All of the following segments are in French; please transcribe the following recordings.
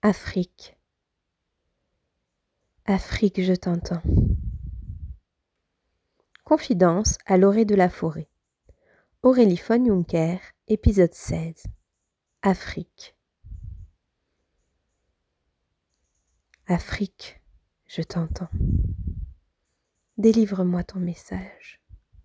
Afrique, Afrique, je t'entends. Confidence à l'orée de la forêt. Aurélie von Juncker, épisode 16. Afrique. Afrique, je t'entends. Délivre-moi ton message.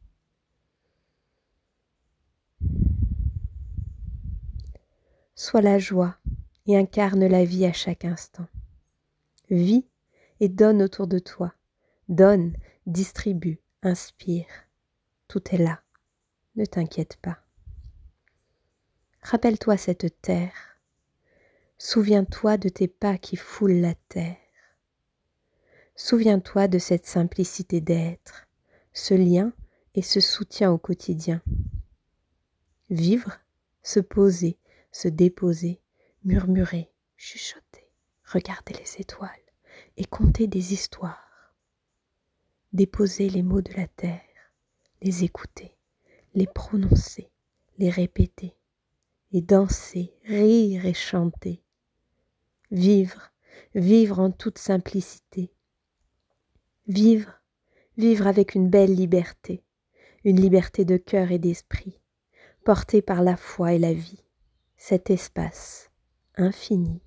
Sois la joie et incarne la vie à chaque instant. Vis et donne autour de toi. Donne, distribue, inspire. Tout est là. Ne t'inquiète pas. Rappelle-toi cette terre. Souviens-toi de tes pas qui foulent la terre. Souviens-toi de cette simplicité d'être, ce lien et ce soutien au quotidien. Vivre, se poser, se déposer, murmurer, chuchoter, regarder les étoiles et conter des histoires. Déposer les mots de la terre, les écouter, les prononcer, les répéter, et danser, rire et chanter. Vivre, vivre en toute simplicité. Vivre, vivre avec une belle liberté, une liberté de cœur et d'esprit, portée par la foi et la vie, cet espace infini.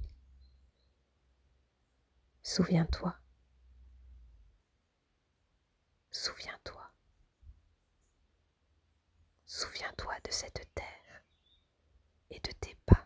Souviens-toi, souviens-toi, souviens-toi de cette terre et de tes pas.